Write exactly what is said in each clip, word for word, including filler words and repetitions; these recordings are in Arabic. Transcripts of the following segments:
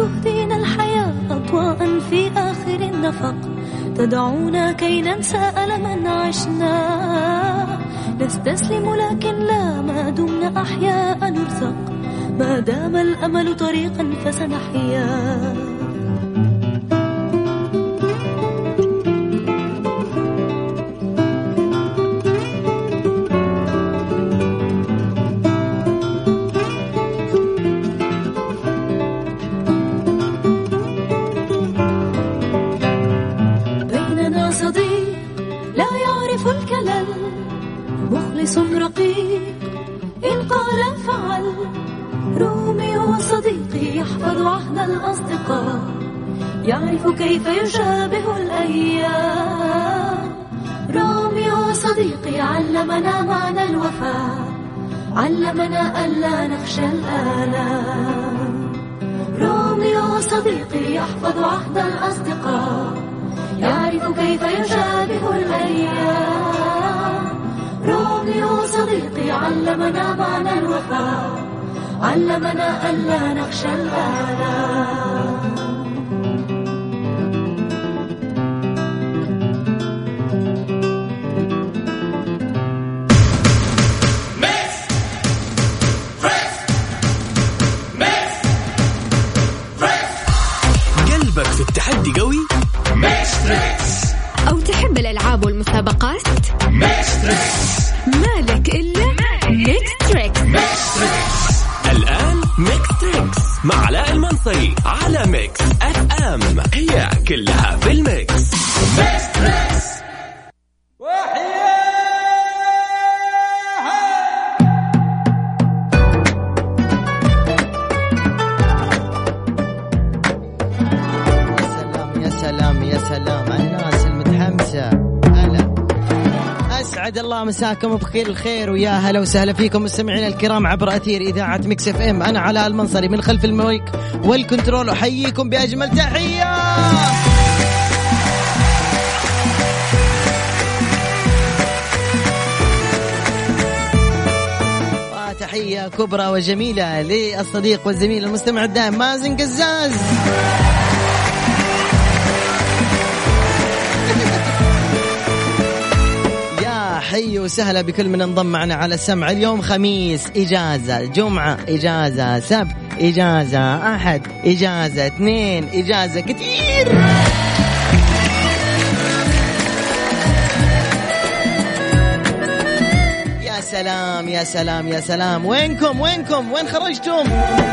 تهدينا الحياة أضواء في آخر النفق، تدعونا كي ننسى ألما عشنا. نستسلم لكن لا، ما دمنا أحياء نرزق، ما دام الأمل طريقا فسنحيا. مخلص رقيق إن قال فعل، رومي وصديقي يحفظ عهد الأصدقاء، يعرف كيف يشابه الأيام. رومي وصديقي علمنا معنى الوفاء، علمنا ألا نخشى الآلام. رومي وصديقي يحفظ عهد الأصدقاء، يعرف كيف يشابه الأيام. روميو صديقي علمنا معنى الوفاء، علمنا ألا نخشى الآلام. قلبك في التحدي قوي؟ أو تحب الألعاب والمسابقات؟ مالك إلا ميكس تريكس. الآن ميكس تريكس مع علاء المنصري على ميكس اف ام، هي كلها في الميكس. ميكس تريكس. يا سلام يا سلام على الناس المتحمسة. هلا، أسعد الله مساكم بخير الخير، ويا هلا وسهلا فيكم مستمعينا الكرام عبر أثير إذاعة ميكس اف ام. أنا علاء المنصري من خلف المايك والكنترول، أحييكم بأجمل تحية. تحية كبرى وجميلة للصديق والزميل المستمع الدائم مازن قزاز. حي وسهلا بكل من انضم معنا على السمع. اليوم خميس إجازة، جمعة إجازة، سبت إجازة، أحد إجازة، اثنين إجازة، كتير. يا سلام يا سلام يا سلام. وينكم وينكم وين خرجتم؟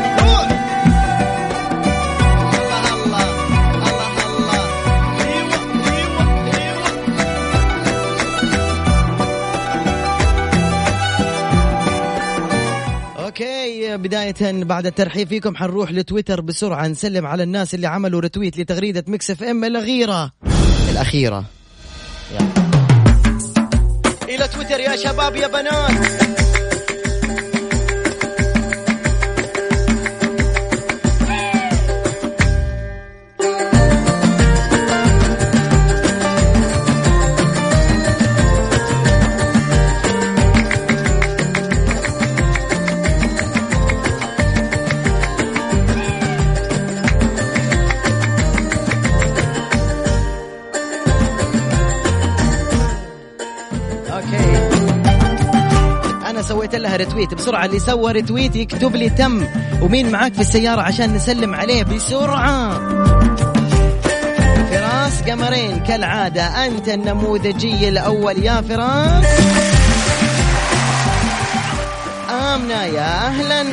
اوكي، بداية بعد الترحيب فيكم حنروح لتويتر بسرعة نسلم على الناس اللي عملوا رتويت لتغريدة ميكس اف ام الأخيرة الأخيرة يلا. إلى تويتر يا شباب يا بنات. سويت لها رتويت بسرعة. اللي سوى رتويت يكتب لي تم، ومين معاك في السيارة عشان نسلم عليه بسرعة. فراس قمرين كالعادة، أنت النموذجي الأول يا فراس. آمنة يا أهلا.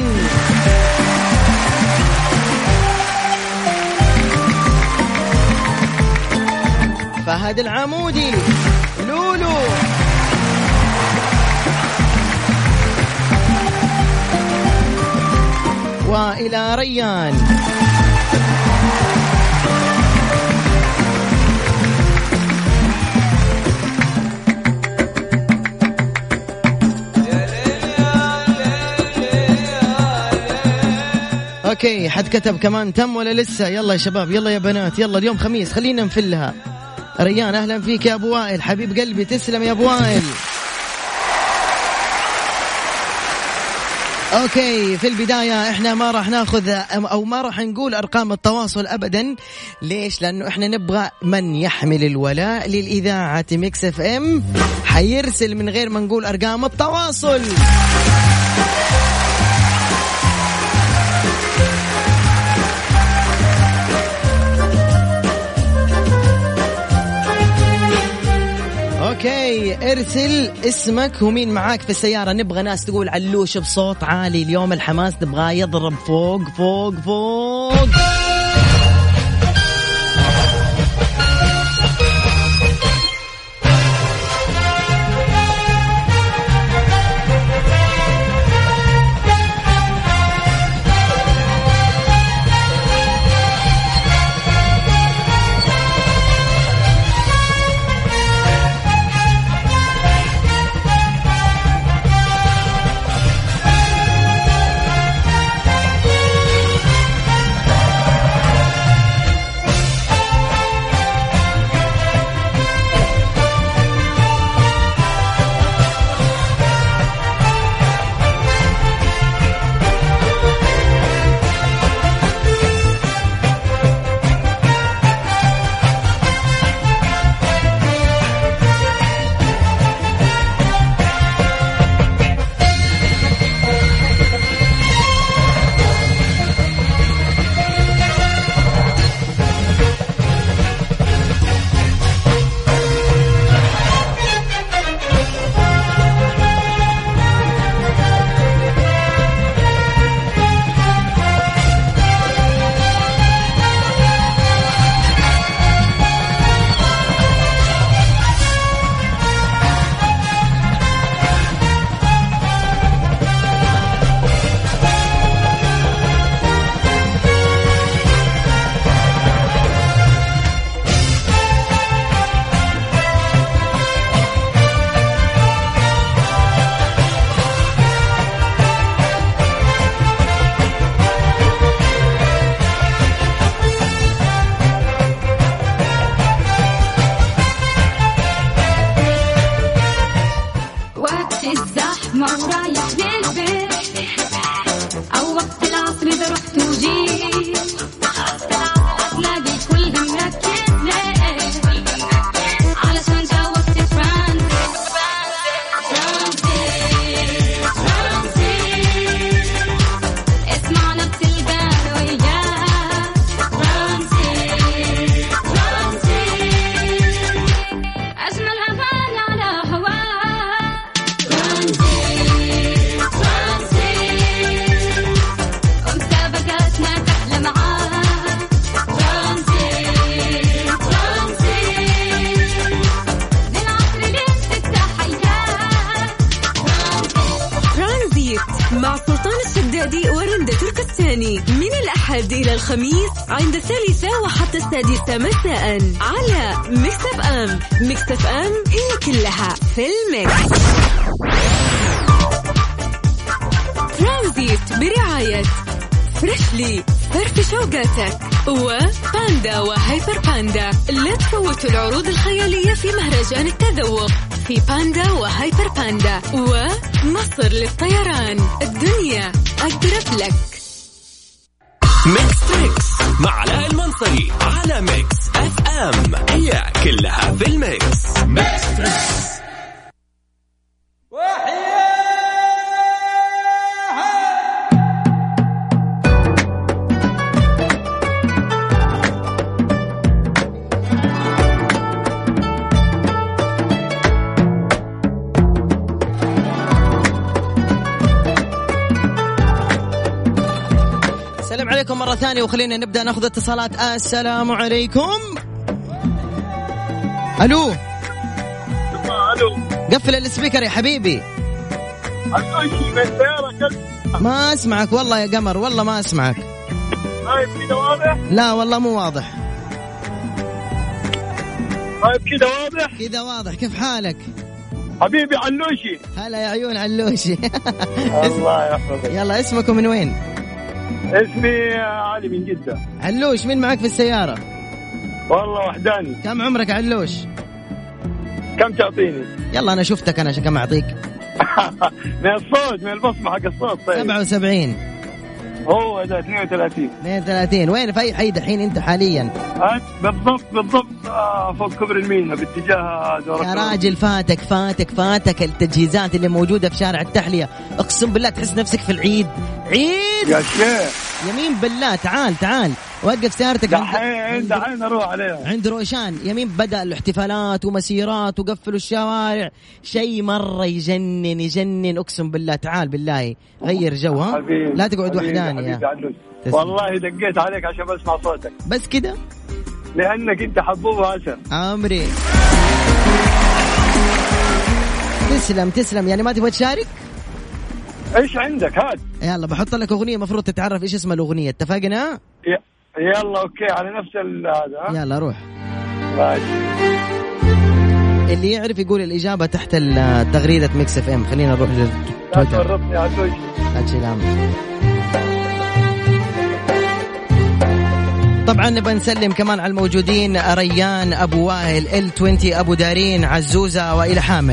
فهد العمودي، لولو، وإلى ريان. اوكي، حد كتب كمان تم ولا لسه؟ يلا يا شباب، يلا يا بنات، يلا اليوم خميس خلينا نفلها. ريان اهلا فيك يا ابو وائل، حبيب قلبي، تسلم يا ابو وائل. اوكي، في البداية احنا ما راح ناخذ او ما راح نقول ارقام التواصل ابدا. ليش؟ لانه احنا نبغى من يحمل الولاء للإذاعة ميكس اف ام حيرسل من غير ما نقول ارقام التواصل. اوكي، ارسل اسمك ومين معاك في السيارة. نبغى ناس تقول علوش بصوت عالي، اليوم الحماس نبغاه يضرب فوق فوق فوق. إلى الخميس عند الثالثة وحتى السادسة مساء على ميكس اف ام. ميكس اف ام هي كلها في الميكس. ترانزيت برعاية فريشلي فرف شوقاتك وباندا وهايبر باندا. لا تفوتوا العروض الخيالية في مهرجان التذوق في باندا وهايبر باندا. ومصر للطيران، الدنيا أقرب لك. ميكس تريكس مع علاء المنصري على ميكس اف ام، هي كلها في الميكس. ميكس تريكس. عليكم مرة ثانية وخلينا نبدأ ناخذ اتصالات. السلام عليكم. ألو ألو، قفل السبيكر يا حبيبي. ما أسمعك والله يا قمر، والله ما أسمعك. طيب كده واضح؟ لا والله مو واضح. طيب كده واضح؟ كده واضح. كيف حالك حبيبي علوشي؟ هلا يا عيون علوشي. الله يحفظك. يلا اسمكم من وين؟ اسمي علي من جدة. علوش، مين معك في السيارة؟ والله وحداني. كم عمرك علوش؟ كم تعطيني؟ يلا أنا شفتك أنا كم أعطيك. من الصوت، من البصمة حق الصوت. طيب سبعة وسبعين. هو ده اثنين وثلاثين. اثنين وثلاثين. وين في أي حي دحين أنت حاليا؟ بالضبط بالضبط آه فوق كبر المينا باتجاه دورة. يا راجل فاتك فاتك فاتك التجهيزات اللي موجودة في شارع التحلية. اقسم بالله تحس نفسك في العيد. عيد يا شيخ يمين بالله. تعال تعال وقف سيارتك دحين دحين اروح عليها عند روشان. يمين بدأ الاحتفالات ومسيرات وقفلوا الشوارع. شيء مرة يجنن يجنن اقسم بالله. تعال بالله غير جو. ها لا تقعد وحداني يا والله دقيت عليك عشان بسمع صوتك بس كده لانك انت حبوب واسر عمري. تسلم تسلم. يعني ما تبغى تشارك؟ ايش عندك؟ هات يلا بحط لك اغنيه مفروض تتعرف ايش اسم الاغنيه. اتفقنا؟ يلا اوكي على نفس هذا. يلا روح. ماشي. اللي يعرف يقول الاجابه تحت تغريده ميكس اف ام. خلينا نروح للتويتر. تورطني يا عدوش. طبعا نبغى نسلم كمان على الموجودين: ريان، ابو وائل، ال عشرين، ابو دارين، عزوزه، والى حامد،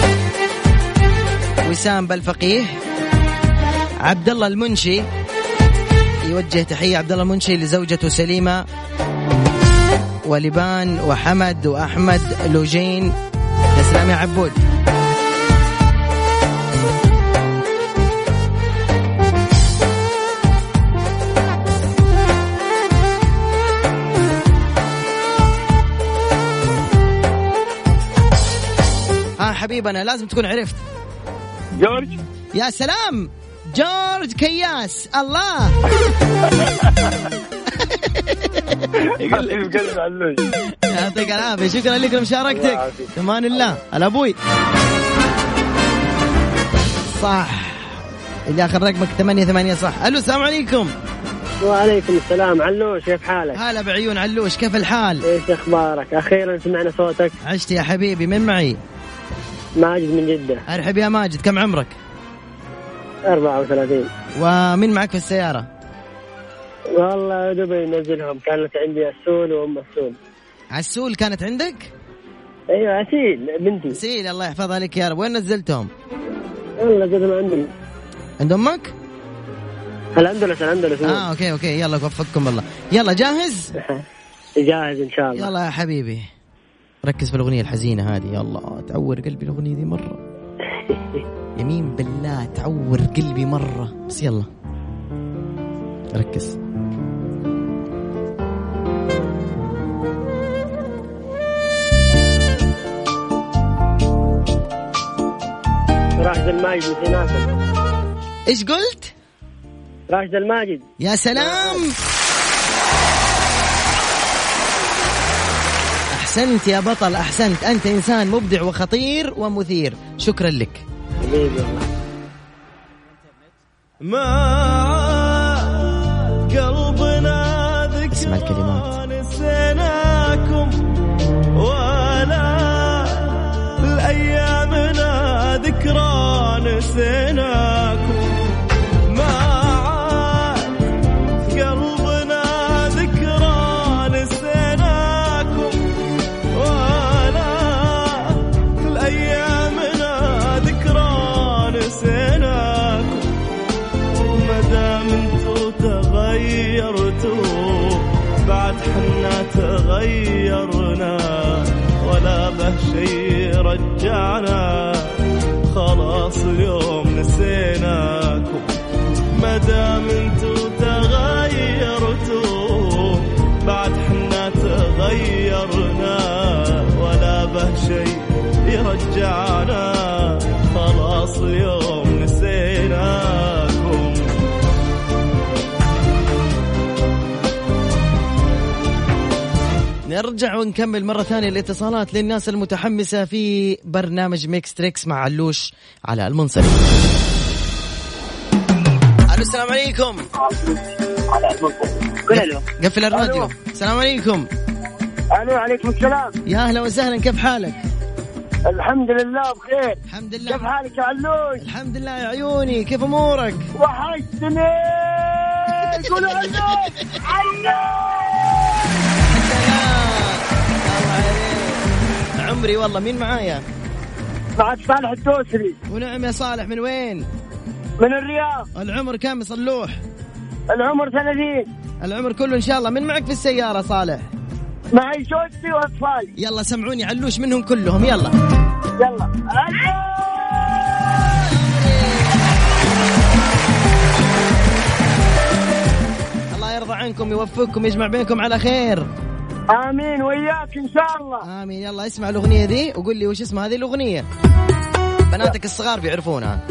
وسام بالفقيه، عبد الله المنشي. يوجه تحيه عبد الله المنشي لزوجته سليمه ولبان وحمد واحمد لوجين. تسلم يا عبود. ها حبيبنا لازم تكون عرفت. جورج. يا سلام جورج كياس. الله يقلب قلب علوش. يعطيك العافية. شكرا لك لمشاركتك. امان الله. على ابوي. صح اللي اخر رقمك ثمانية ثمانية صح. الو السلام عليكم. وعليكم السلام. علوش كيف حالك؟ هلا بعيون علوش كيف الحال؟ ايش اخبارك؟ اخيرا سمعنا صوتك. عشت يا حبيبي. من معي؟ ماجد من جدة. ارحب يا ماجد. كم عمرك؟ أربعة وثلاثين. ومن معك في السيارة؟ والله دبي ننزلهم. كانت عندي عسول وأم عسول. عسول كانت عندك؟ أيوة عسيل بنتي. عسيل الله يحفظها لك يا رب. وين نزلتهم؟ والله قدم عندي. عند أمك؟ الأندلس الأندلس. آه أوكي أوكي يلا وفقكم الله. يلا جاهز؟ جاهز إن شاء الله. يلا يا حبيبي ركز في الأغنية الحزينة هذه. يلا تعور قلبي الأغنية دي مرة. يمين بالله تعور قلبي مرة. بس يلا ركز. راشد الماجد نسيناكم. إيش قلت؟ راشد الماجد. يا سلام. أحسنت يا بطل أحسنت. أنت إنسان مبدع وخطير ومثير. شكرا لك. ما قلبنا ذكرى اسمع الكلمات. نسيناكم ولا الأيامنا ذكرى نسيناكم. ما قلبنا ذكرى نسيناكم ولا الأيامنا ذكرى نسيناكم. مدام انتو تغيرتوا بعد حنا تغيرنا ولا به شي رجعنا. خلاص اليوم نسيناكم. مدام انتو تغيرتوا بعد حنا تغيرنا ولا به شي يرجعنا. خلاص اليوم نسيناكم. نرجع ونكمل مرة ثانية الاتصالات للناس المتحمسة في برنامج ميكس تريكس مع علوش على المنصري. ألو السلام عليكم. قفل الراديو. السلام عليكم. الو عليكم السلام. يا أهلا وسهلا كيف حالك؟ الحمد لله بخير. الحمد لله. كيف حالك يا علوش؟ الحمد لله يا عيوني. كيف أمورك؟ وحشتني. قولوا علوش علوش. عمري والله. مين معايا؟ معك صالح الدوسري. ونعم يا صالح، من وين؟ من الرياض. العمر كم صلوح؟ العمر ثلاثين. العمر كله إن شاء الله. من معك في السيارة صالح؟ معي زوجتي وأطفالي. يلا سمعوني علوش منهم كلهم. يلا يلا. الله يرضى عنكم، يوفقكم، يجمع بينكم على خير. آمين وإياك إن شاء الله. آمين. يلا اسمع الأغنية دي وقول لي وش اسمها هذه الأغنية. بناتك الصغار بيعرفونها.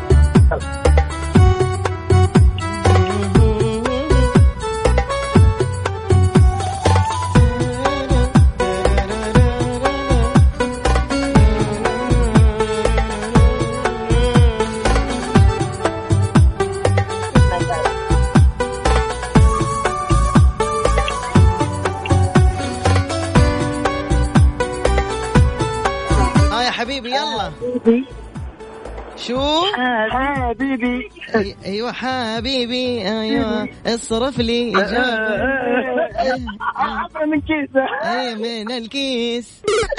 حبيبي يلا. شو حبيبي؟ ايوه حبيبي، ايوه اصرف لي عبر من كيسه. اي من الكيس.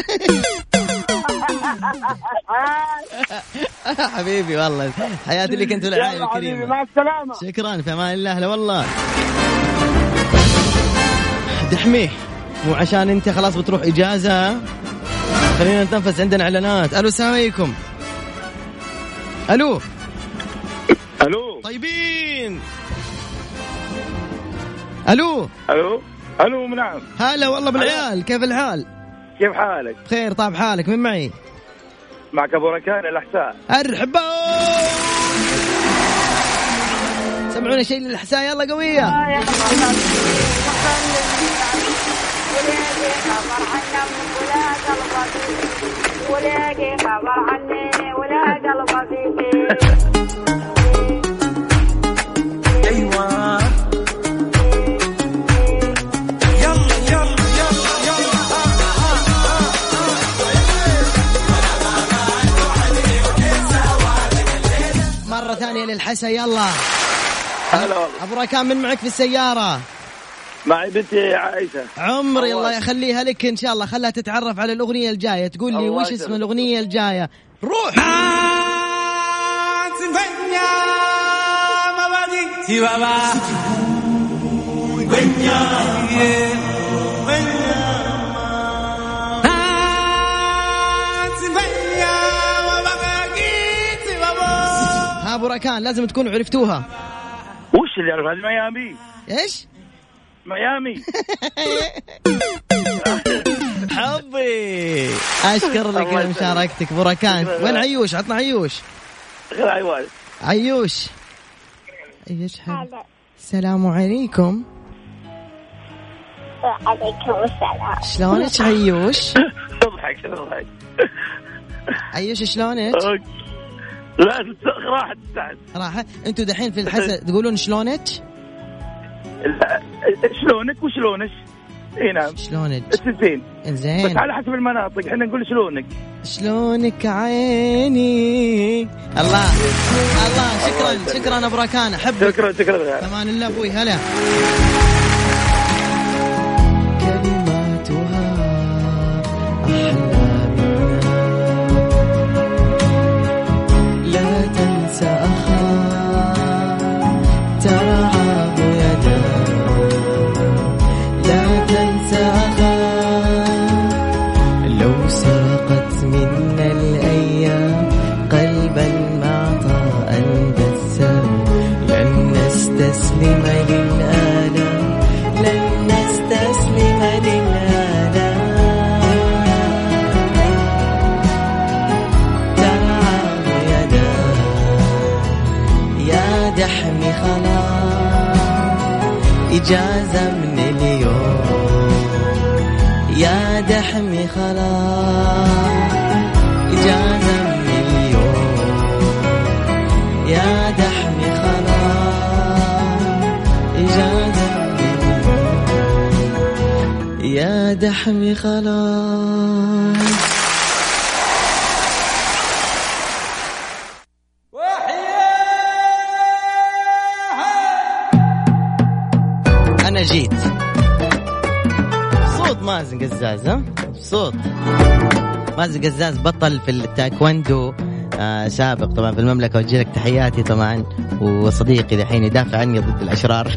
حبيبي والله حياتي لك انت والعائله الكريمه. مع السلامه. شكرا، في امان الله. لا والله دحميه، مو عشان انت خلاص بتروح اجازه. خلينا نتنفس، عندنا اعلانات. الو السلام عليكم. الو الو طيبين. الو الو الو نعم. هلا والله بالعيال، كيف الحال؟ كيف حالك؟ بخير. طاب حالك. من معي؟ معك ابو ركان الاحساء. ارحبا. سمعونا شيء للاحساء يلا قويه. ولاقي خبر عني ولا قلبه فيك. ايوه يلا يلا يلا يلا. مرة ثانية للحسا يلا. هلا ابو ركان، من معك في السيارة؟ معي بنتي عائشة. عمري الله يخليها لك إن شاء الله. خلها تتعرف على الأغنية الجاية. تقول لي وش اسم الأغنية الجاية. روح. ها أبو ركان لازم تكونوا عرفتوها. وش اللي يعرف؟ هذه ميامي. إيش؟ ميامي. حبي أشكر لك مشاركتك بركان. وين عيوش؟ عطنا عيوش. غير عيوش. عيوش ايش حال؟ السلام عليكم. وعليكم السلام. شلونك عيوش؟ تضحك تضحك. عيوش شلونك؟ لا راحت تحت. راحت. انتوا دحين في الحسا تقولون شلونك؟ شلونك وشلونش. اي نعم شلونك السنتين زين، بس على حسب المناطق احنا نقول شلونك. شلونك عيني. الله الله. شكرا شكرا ابو ركان، احبك. شكرا شكرا. امان الله ابوي. هلا. كلماتها احلى منا، لا تنسى اخا ترعاه يدا، لا تنسى أخا لو سرقت منا الأيام قلبا معطاء دسا، لن نستسلم للآلام، لن نستسلم للآلام، ترعاه يدا يا دحمي خلاص إجازة من اليوم، يا دحمي خلاص إجازة من اليوم، يا دحمي خلاص إجازة من اليوم، يا دحمي خلاص. أنا جيت صوت مازن قزاز. ها صوت مازن قزاز بطل في التايكوندو آه سابق طبعا في المملكة، وجه لك تحياتي طبعا، وصديقي دحين يدافع عني ضد الأشرار.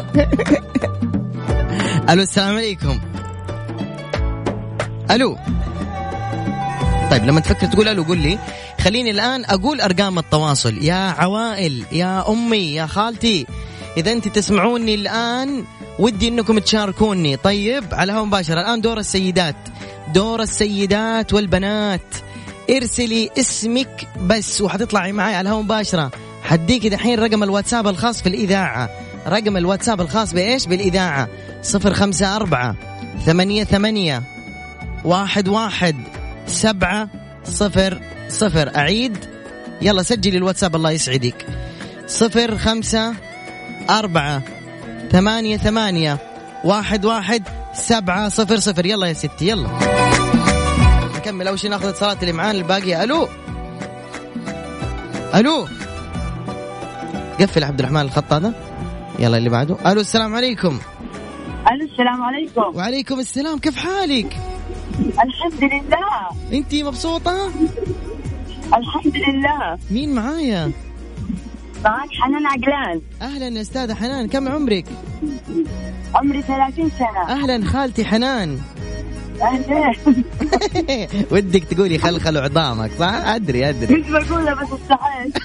ألو السلام عليكم. ألو. طيب لما تفكر تقول ألو قول لي. خليني الآن أقول أرقام التواصل. يا عوائل، يا أمي، يا خالتي، إذا أنت تسمعوني الآن ودي أنكم تشاركوني. طيب على هون مباشرة الآن دور السيدات، دور السيدات والبنات. ارسلي اسمك بس وحتطلعي معي على هون مباشرة. حديكي دحين رقم الواتساب الخاص في الإذاعة، رقم الواتساب الخاص بإيش بالإذاعة صفر خمسة أربعة ثمانية ثمانية واحد واحد سبعة صفر صفر. أعيد، يلا سجلي الواتساب الله يسعدك. صفر خمسة أربعة ثمانية ثمانية واحد واحد سبعة صفر صفر. يلا يا ستي يلا نكمل. أول شيء ناخذ اتصالات اللي معانا الباقية. ألو ألو. قفل عبد الرحمن الخط هذا. يلا اللي بعده. ألو السلام عليكم. ألو السلام عليكم. وعليكم السلام، كيف حالك؟ الحمد لله. انتي مبسوطة؟ الحمد لله. مين معايا؟ معك حنان عقلان. أهلا يا أستاذة حنان، كم عمرك؟ عمري ثلاثين سنة. أهلا خالتي حنان. أهلا. ودك تقولي خلخل عظامك صح؟ أدري أدري. مش بقولها بس استحيت.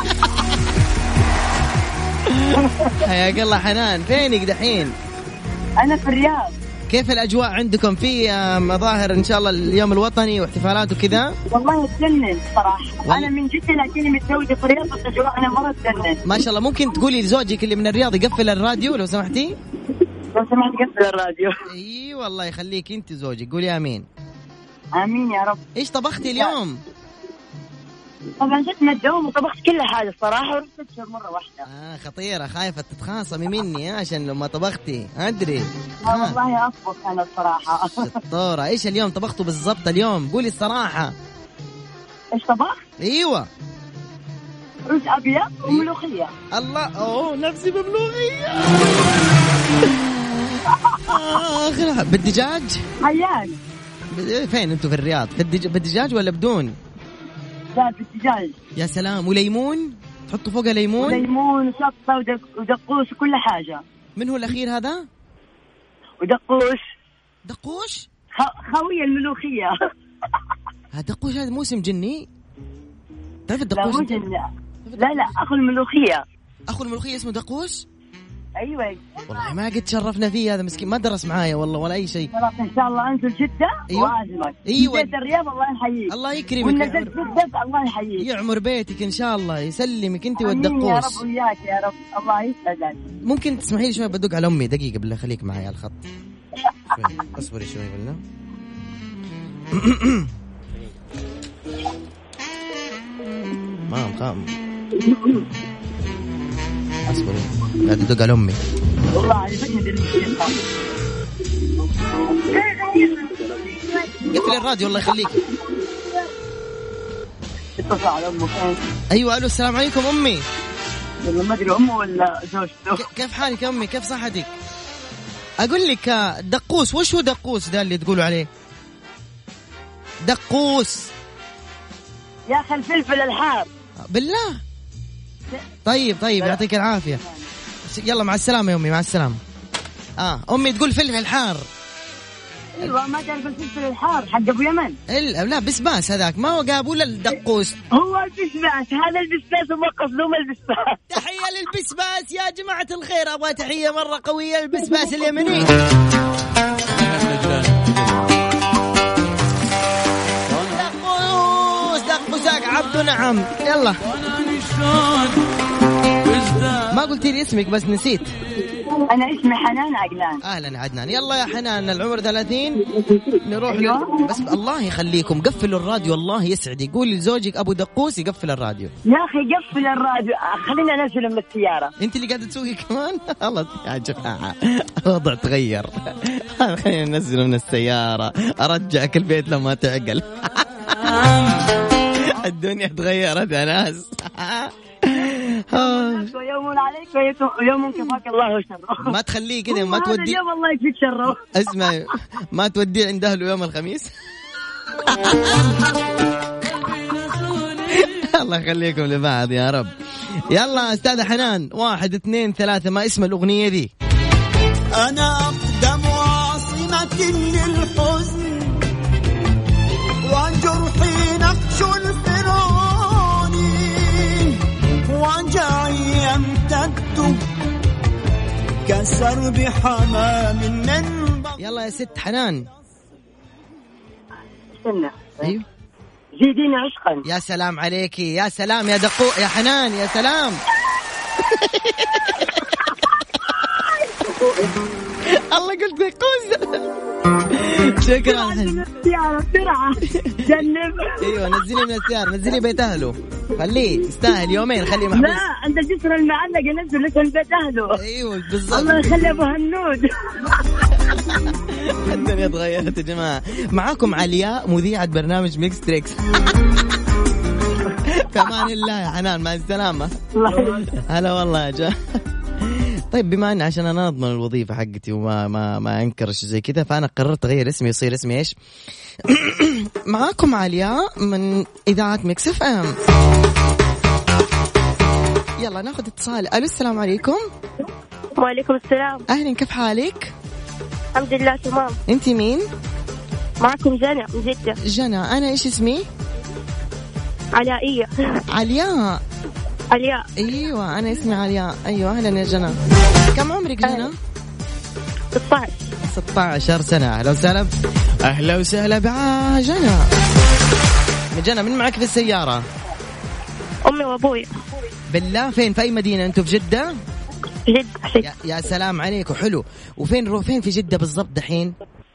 حياك الله حنان، فينك دحين؟ أنا في الرياض. كيف الأجواء عندكم؟ في مظاهر إن شاء الله اليوم الوطني واحتفالات وكذا؟ والله تجنن صراحة. أنا من جدة لكني متزوجة في الرياض، بس أجواءنا مرة تجنن. ما شاء الله. ممكن تقولي لزوجك اللي من الرياض يقفل الراديو لو سمحتي؟ لو سمحت قفل الراديو. إي والله يخليك أنت زوجك، قولي آمين. آمين يا رب. إيش طبختي اليوم؟ طبعا جت من الدوام وطبخت كل حاجة الصراحة، ورحت أبشر مرة واحدة. آه خطيرة، خايفة تتخاصمي مني عشان لما طبختي أدري. آه والله أطبخ أنا الصراحة. شطورة. إيش اليوم طبختوا بالضبط اليوم؟ قولي الصراحة. إيش طبخت؟ أيوة. رز أبيض وملوخية. الله، أوه نفسي بملوخية. آخر بالدجاج. حياك. فين أنتوا في الرياض؟ في الدج... بالدجاج ولا بدون؟ لا بالدجاج. يا سلام. وليمون؟ تحطوا فوقها ليمون؟ ليمون وشطة ودق... ودقوش وكل حاجة. من هو الأخير هذا؟ ودقوش. دقوش؟ خ... خوية الملوخية. ها دقوش هذا موسم جني؟ تعرف الدقوش؟ لا مو جني. لا لا أخو الملوخية. أخو الملوخية اسمه دقوش؟ أيوة. والله ما قد شرفنا فيه هذا مسكين، ما درس معايا والله ولا أي شيء. خلاص إن شاء الله أنزل جدة. أيوة. وأعزمك. أيوة. جدة الرياض الله يحييك. الله يكرمك. ونزلت جدة الله يحييك. يعمر بيتك إن شاء الله، يسلمك أنت والدقوس. والدقوس. يا رب وياك يا رب، الله يسعدك. ممكن تسمحي لي شوي بدق على أمي دقيقة بالله، خليك معي على الخط. اصبري شوي بالله. ما مقام. اصبري قاعد ادق على امي. والله عجبتني دلوقتي. قفل الراديو الله يخليك. اتصل على امك. ايوه الو السلام عليكم امي. والله ما ادري امه ولا زوجته. كيف حالك يا امي؟ كيف صحتك؟ اقول لك دقوس، وش هو دقوس ده اللي تقولوا عليه؟ دقوس يا اخي الفلفل الحار. بالله. طيب طيب يعطيك العافيه. يلا مع السلامه يا امي، مع السلامه. اه امي تقول فلفل حار. ايوه ما تعرف الفلفل الحار حق ابو يمن. لا بسباس هذاك، ما هو قابول الدقوس. هو البسباس، هذا البسباس وما قصدهم البسباس. تحيه للبسباس يا جماعه الخير، ابغى تحيه مره قويه للبسباس اليمني. دقوس دقوسك عبد نعم. يلا ما قلتي لي اسمك بس نسيت. أنا اسمي حنان عقلان. أهلا عدنان. يلا يا حنان العمر ثلاثين نروح أيوة. بس الله يخليكم قفلوا الراديو الله يسعدك. قولي لزوجك أبو دقوس يقفل الراديو. يا أخي قفل الراديو، خلينا ننزل من السيارة. أنت اللي قاعدة تسوقي كمان. الله يا جماعة الوضع تغير. خلينا ننزل من السيارة، أرجعك البيت لما تعقل. الدنيا تغيرت يا ناس. يوم عليك ويوم كفاك الله شره. ما تخليه كده، ما تودي يوم الله يكفيك شره. اسمع ما تودي عند أهله يوم الخميس. الله يخليكم لبعض يا رب. يلا أستاذة حنان، واحد اثنين ثلاثة، ما اسم الأغنية ذي؟ أنا أقدم عاصمة للحزن وجرحي نقش الفرعوني وجعي يمتد كسرب حمام من. يلا يا ست حنان. استنى. أيوه. زيديني عشقا. يا سلام عليكي، يا سلام يا دقوق يا حنان، يا سلام. الله قلت دقوز. شكرا. بسرعة جنب. ايوه نزلي من السيارة، نزلي بيت اهله، خليه يستاهل يومين، خليه محبوس. لا عند الجسر المعلق ينزل لك البيت اهله. ايوه بالضبط. الله يخلي ابو هنود. الدنيا تغيرت يا جماعة. معاكم علياء مذيعة برنامج ميكس تريكس. كمان الله يا حنان، مع السلامة. هلا والله يا جماعة. طيب بما أن عشان أنا أضمن الوظيفة حقتي وما ما ما أنكرش زي كذا، فأنا قررت أغير اسمي يصير اسمي إيش؟ معاكم علياء من إذاعة ميكس اف ام. يلا ناخذ اتصال. ألو السلام عليكم. وعليكم السلام. أهلا، كيف حالك؟ الحمد لله تمام. أنت مين؟ معكم جنى من جدة. جنى، أنا إيش اسمي؟ عليائية. علياء. علياء. ايوه انا اسمي علياء. ايوه اهلا يا جنى. كم عمرك جنى؟ ستة عشر. ستة عشر سنة. اهلا وسهلا. اهلا وسهلا بجنى. جنى من معك في السيارة؟ امي وابوي. بالله فين؟ في اي مدينة انتوا؟ في جدة؟ جدة. يا, يا سلام عليك وحلو. وفين رو فين في جدة بالضبط دحين؟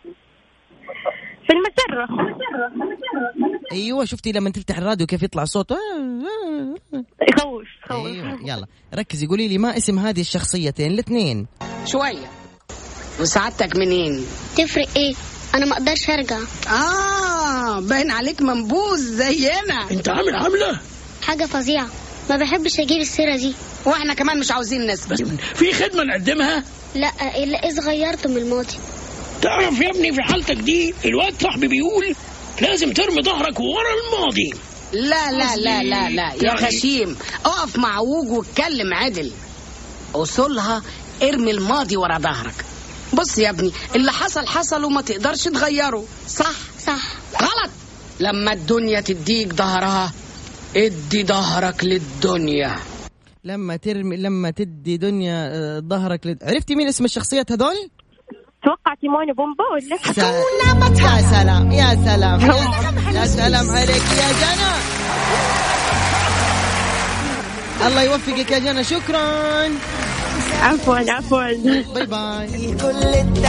في المسرة. ايوه شفتي لما تفتح الراديو كيف يطلع صوت؟ يخوف. ايوه يلا ركزي، قولي لي ما اسم هذه الشخصيتين الاثنين؟ شوية. وسعادتك منين؟ تفرق ايه؟ انا ما اقدرش ارجع. اه باين عليك منبوذ زينا. انت عامل عاملة حاجة فظيعة، ما بحبش اجيب السيرة دي. واحنا كمان مش عاوزين نسبة. في خدمة نقدمها؟ لا الا اذا غيرت من الماضي. تعرف يا ابني في حالتك دي الواد صاحبي بيقول لازم ترمي ظهرك ورا الماضي. لا لا لا لا لا يا غشيم، اقف مع ووج واتكلم عدل. اصولها ارمي الماضي ورا ظهرك. بص يا ابني، اللي حصل حصل وما تقدرش تغيره. صح صح. غلط. لما الدنيا تديك ظهرها ادي ظهرك للدنيا. لما ترمي لما تدي دنيا ظهرك لد... عرفتي مين اسم الشخصيات هذول؟ توقع تيمون وبومبا ولا س... يا سلام يا سلام يا, يا سلام عليك يا جنى. الله يوفقك يا جنى. شكرا. عفوا عفوا. باي باي. كل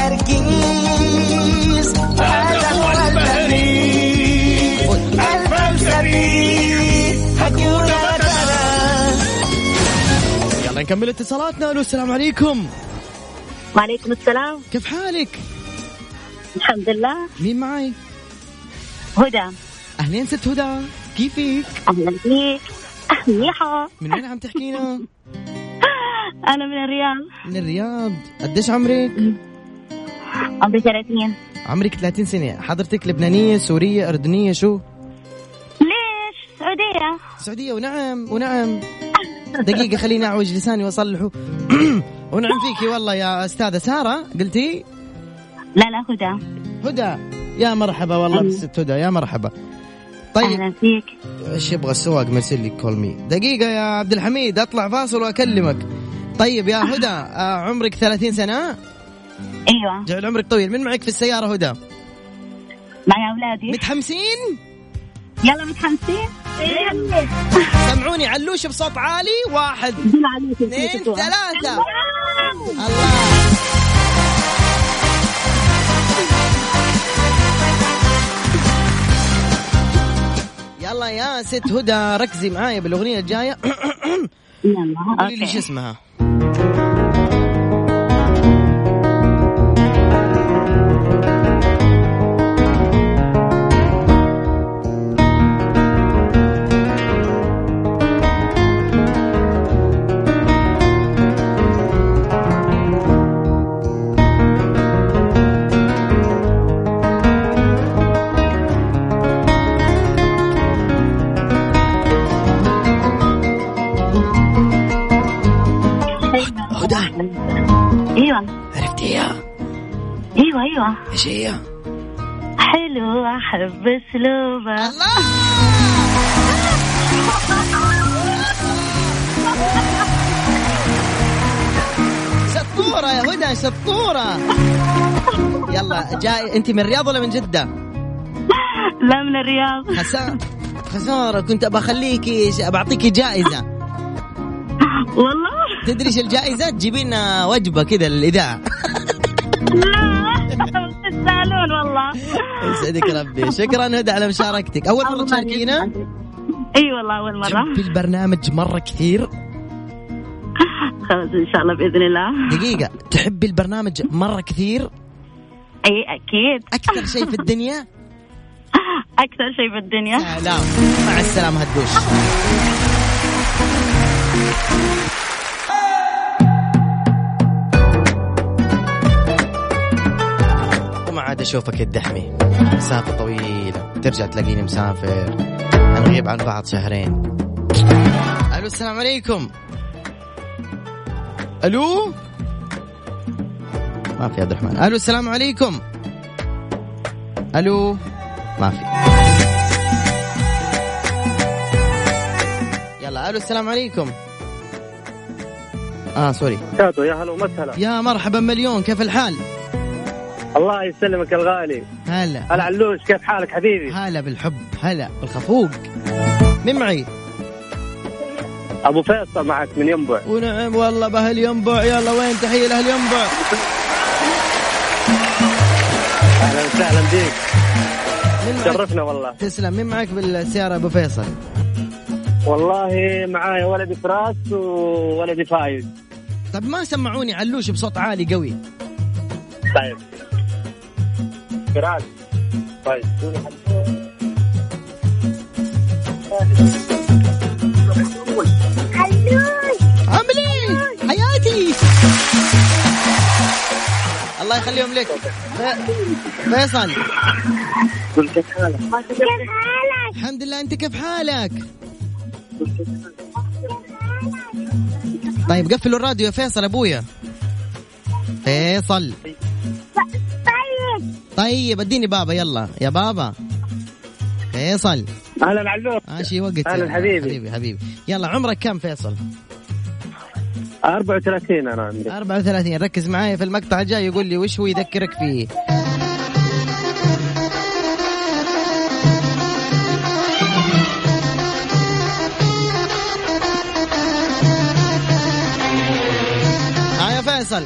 التركيز هذا هو البهري الفلسفي هكون مثلا. يلا نكمل اتصالاتنا. الو السلام عليكم. وعليكم السلام. كيف حالك؟ الحمد لله. مين معي؟ هدى. أهلين ست هدى، كيفك؟ أهلا بيك. منيحة. من وين عم تحكينا؟ أنا من الرياض. من الرياض. قديش عمرك؟ عمري ثلاثين. عمرك ثلاثين سنة. حضرتك لبنانية سورية أردنية شو؟ ليش؟ سعودية. سعودية. ونعم ونعم. دقيقة خليني أعوج لساني وأصلحه. ونعم فيكي والله يا أستاذة سارة. قلتي؟ لا لا هدى. هدى. يا مرحبا والله بست هدى، يا مرحبا. طيب أهلا فيك. ايش يبغى السواق مرسل لي كول مي. دقيقة يا عبد الحميد أطلع فاصل وأكلمك. طيب يا هدى، آه عمرك ثلاثين سنة؟ أيوة. جعل عمرك طويل. من معك في السيارة هدى؟ معي أولادي. متحمسين؟ يلا متحمسين. سمعوني علوش بصوت عالي. واحد اثنين ثلاثة. الله. يلا يا ست هدى ركزي معايا بالأغنية الجاية. قولي لي شو اسمها. ايوه ايوه. ايش هي؟ حلو احب اسلوبه. الله شطورة يا هدى شطورة. يلا جاي. انت من الرياض ولا من جدة؟ لا من الرياض. خسارة خسارة، كنت بخليكي بعطيكي جائزة والله. تدري ايش الجائزة؟ تجيبين وجبة كذا للإذاعة. لا تستاهلون والله. يسعدك ربي. شكرا هدى على مشاركتك. أول مرة تشاركينا؟ اي والله أول مرة. في البرنامج مرة كثير. خلاص إن شاء الله بإذن الله. دقيقة، تحبي البرنامج مرة كثير؟ اي أكيد. أكثر شيء في الدنيا؟ أكثر شيء في الدنيا. لا مع السلامة هدوش. وما عاد أشوفك الدحمي. مسافة طويلة ترجع تلاقيني مسافر، هنغيب عن بعض شهرين. ألو السلام عليكم. ألو ما في عبد الرحمن. ألو السلام عليكم. ألو ما في. يلا ألو السلام عليكم. آه سوري. كاتو يا هلا ومسهلا. يا مرحبا مليون، كيف الحال؟ الله يسلمك الغالي. هلا هلا علوش، كيف حالك حبيبي؟ هلا بالحب، هلا بالخفوق. مين معي؟ أبو فيصل معك من ينبع. ونعم والله بأهل ينبع. يلا وين تحية لأهل ينبع. أهلا وسهلا بيك، شرفنا والله. تسلم. مين معك بالسيارة أبو فيصل؟ والله معايا ولدي فراس وولدي فايز. طب ما سمعوني علوش بصوت عالي قوي. طيب فراس طيب عملي حياتي. الله يخليهم لك. فيصل كيف حالك؟ الحمد لله، انت كيف حالك؟ طيب قفلوا الراديو يا فيصل. ابويا فيصل. طيب طيب اديني بابا. يلا يا بابا فيصل. اهلا علوش. ماشي وقت. اهلا حبيبي. حبيبي حبيبي. يلا عمرك كم فيصل؟ أربعة وثلاثين أنا عندي. أربعة وثلاثين. ركز معايا في المقطع الجاي يقول لي وش هو يذكرك فيه. ها يا فيصل.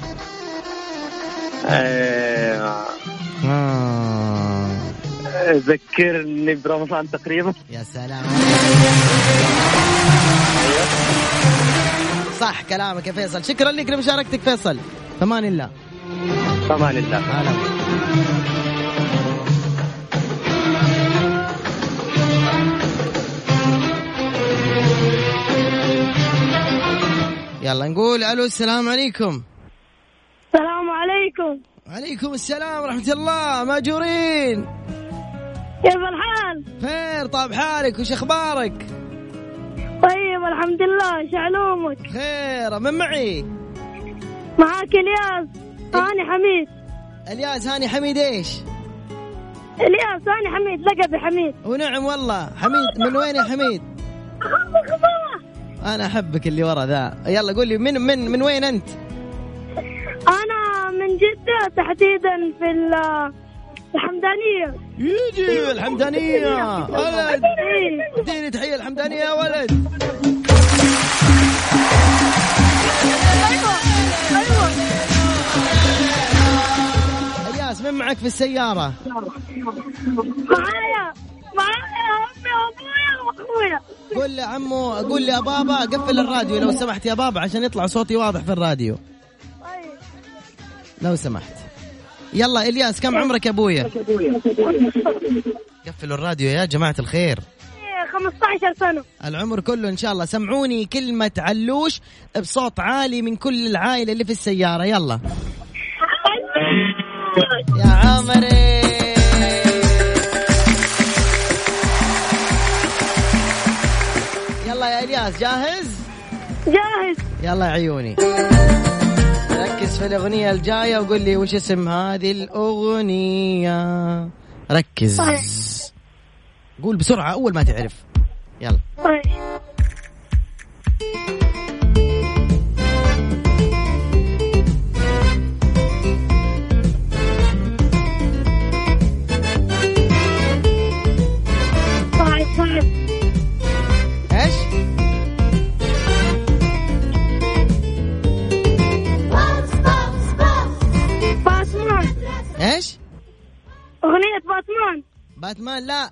آه. آه. ذكرني برمضان تقريبا. يا سلام. صح كلامك يا فيصل. شكرا لك لمشاركتك فيصل. فمان الله. فمان الله. هلا. يلا نقول ألو السلام عليكم. السلام عليكم. وعليكم السلام ورحمة الله. ماجورين. كيف الحال؟ خير. طاب حالك وش أخبارك؟ طيب الحمد لله. شعلومك؟ خير. من معي؟ معاك الياس هاني حميد. الياس هاني حميد. ايش؟ الياس هاني حميد، لقبي حميد. ونعم والله. حميد من وين يا حميد؟ انا احبك اللي ورا ذا. يلا قول لي من من من وين انت؟ انا من جدة تحديدا في الحمدانية. يجي الحمدانية ولد. اديني تحية الحمدانية يا ولد. ايوه ايوه. الياس من معك في السيارة؟ معايا معايا امي وابويا واخويا. قول لعمو، قول لي يا بابا قفل الراديو لو سمحت يا بابا عشان يطلع صوتي واضح في الراديو لو سمحت. يلا إلياس كم عمرك يا أبويا؟ قفلوا الراديو يا جماعة الخير. خمسة عشر سنة. العمر كله إن شاء الله. سمعوني كلمة علوش بصوت عالي من كل العائلة اللي في السيارة. يلا يا عمري. يلا يا إلياس جاهز؟ جاهز. يلا يا عيوني ركز ركز في الأغنية الجاية وقول لي وش اسم هذه الأغنية. ركز. قول بسرعة أول ما تعرف. يلا. ايش؟ باتمان. ايش؟ أغنية باتمان. باتمان لا.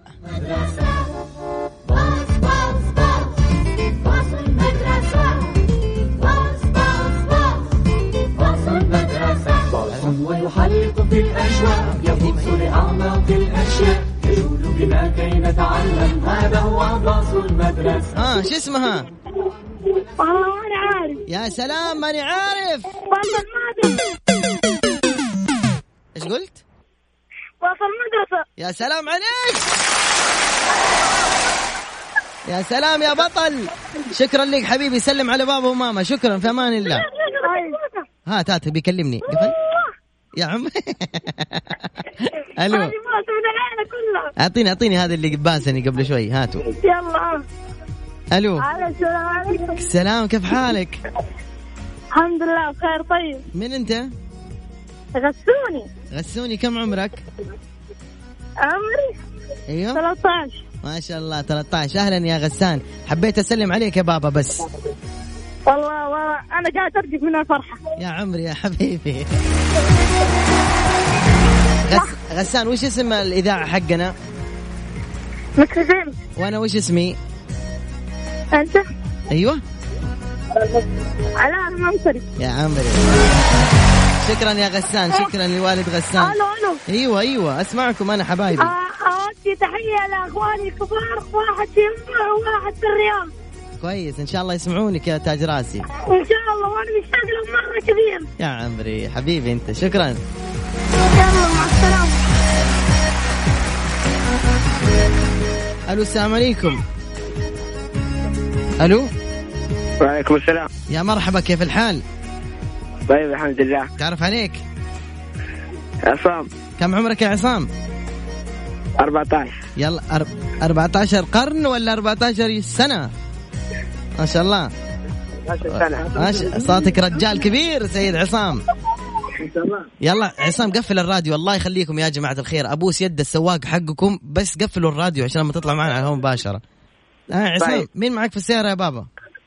ويحلق في الأجواء يبص لأعماق الأشياء يجول بنا كي نتعلم هذا هو باص المدرسة. اه شو اسمها؟ والله ماني عارف. يا سلام ماني عارف. باص المدرسة. ايش قلت؟ باص المدرسة. يا سلام عليك. يا سلام يا بطل. شكرا لك حبيبي. سلم على بابا وماما. شكرا في امان الله. ها تاتي بيكلمني قفل يا عم. الو اعطيني اعطيني هذا اللي باسني قبل شوي. هاتوا يلا. الو. السلام عليكم. السلام كيف حالك؟ الحمد لله بخير. طيب من انت؟ غسوني. غسوني كم عمرك؟ عمري ايوه ثلاثة عشر. ما شاء الله ثلاثة عشر. اهلا يا غسان. حبيت اسلم عليك يا بابا بس. والله والله انا قاعد ارجف من الفرحه يا عمري يا حبيبي. غس... غسان وش اسم الاذاعه حقنا؟ مكسفين. وانا وش اسمي؟ انت؟ ايوه علاء المنصري. يا عمري شكرا يا غسان. شكرا لوالد غسان. الو الو. ايوه ايوه اسمعكم انا حبايبي. اودي تحيه لاخواني الكبار، واحد في ينبع وواحد في الرياض. كويس ان شاء الله يسمعونك يا تاج راسي. ان شاء الله وانا مشتاق لهم مره كبير. يا عمري حبيبي انت. شكرا. يلا مع السلامه. الو السلام عليكم. الو. وعليكم السلام. يا مرحبا كيف الحال؟ طيب الحمد لله. تعرف عليك؟ عصام. كم عمرك يا عصام؟ أربعة عشر. يلا أرب... أربعة عشر قرن ولا أربعة عشر سنة؟ ما شاء الله. ما شاء صوتك رجال كبير سيد عصام. يلا عصام قفل الراديو الله يخليكم يا جماعة الخير. أبوس يد السواق حقكم بس قفلوا الراديو عشان ما تطلع معنا على الهواء مباشرة. آه عصام طيب. مين معك في السيارة يا بابا؟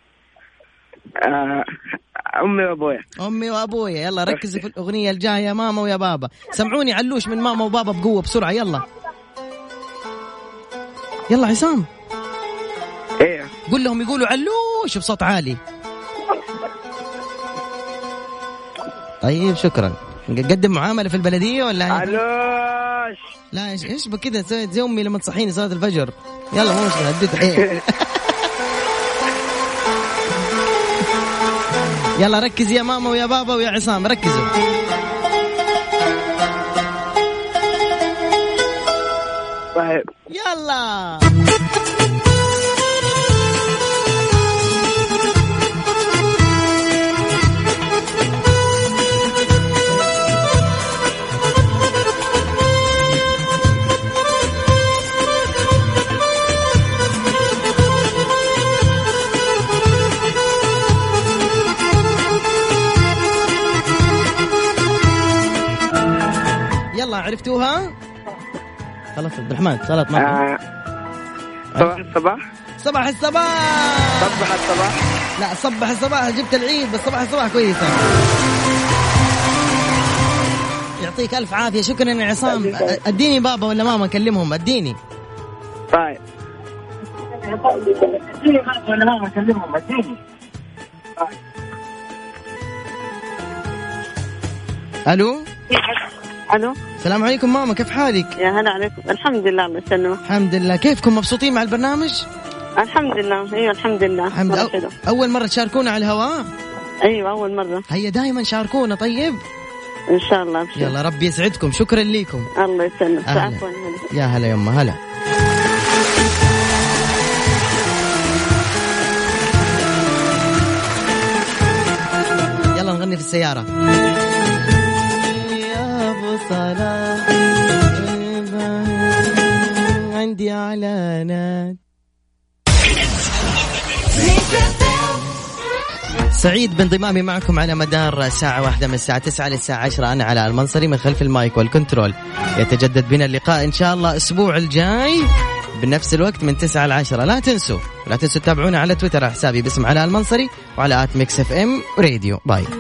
آه أمي وأبويا. أمي وأبويا. يلا ركزوا في الأغنية الجاية يا ماما ويا بابا. سمعوني علوش من ماما وبابا بقوة بسرعة. يلا يلا عصام. ايه قول لهم يقولوا علوش بصوت عالي. طيب شكرا. نقدم معاملة في البلدية ولا علوش؟ لا ايش ايش بكذا سويت زي امي لما تصحيني صلاة الفجر. يلا مو مشكلة اديت حين. يلا ركز يا ماما ويا بابا ويا عصام ركزوا. طيب يلا يلا عرفتوها؟ خلاص عبد الرحمن صلاة مرة. آه. صباح الصباح. صباح الصباح. صباح الصباح. لا صبح الصباح جبت العيد بس صباح الصباح كويسة. يعطيك ألف عافية. شكرا يا عصام. اديني بابا ولا ماما كلمهم. اديني. طيب. اديني بابا ولا ماما كلمهم. اديني. الو. الو السلام عليكم ماما كيف حالك؟ يا هلا عليكم. الحمد لله الله يسلمك. الحمد لله. كيفكم مبسوطين مع البرنامج؟ الحمد لله. ايوه الحمد لله. الحمد أو... اول مرة تشاركونا على الهواء؟ ايوه اول مرة. هيا دائما شاركونا. طيب ان شاء الله بشي. يلا ربي يسعدكم. شكرا لكم. الله يسلمك. عفوا. يا هلا يما هلا. يلا أغني في السيارة. يا أبو صلاح عندي إعلانات. سعيد بانضمامي معكم على مدار ساعة واحدة من الساعة تسعة للساعة عشرة. أنا علاء المنصري من خلف المايك والكنترول. يتجدد بنا اللقاء إن شاء الله أسبوع الجاي بنفس الوقت من تسعة لعشرة. لا تنسوا لا تنسوا تتابعونا على تويتر حسابي باسم علاء المنصري وعلى آت ميكس اف ام راديو. باي.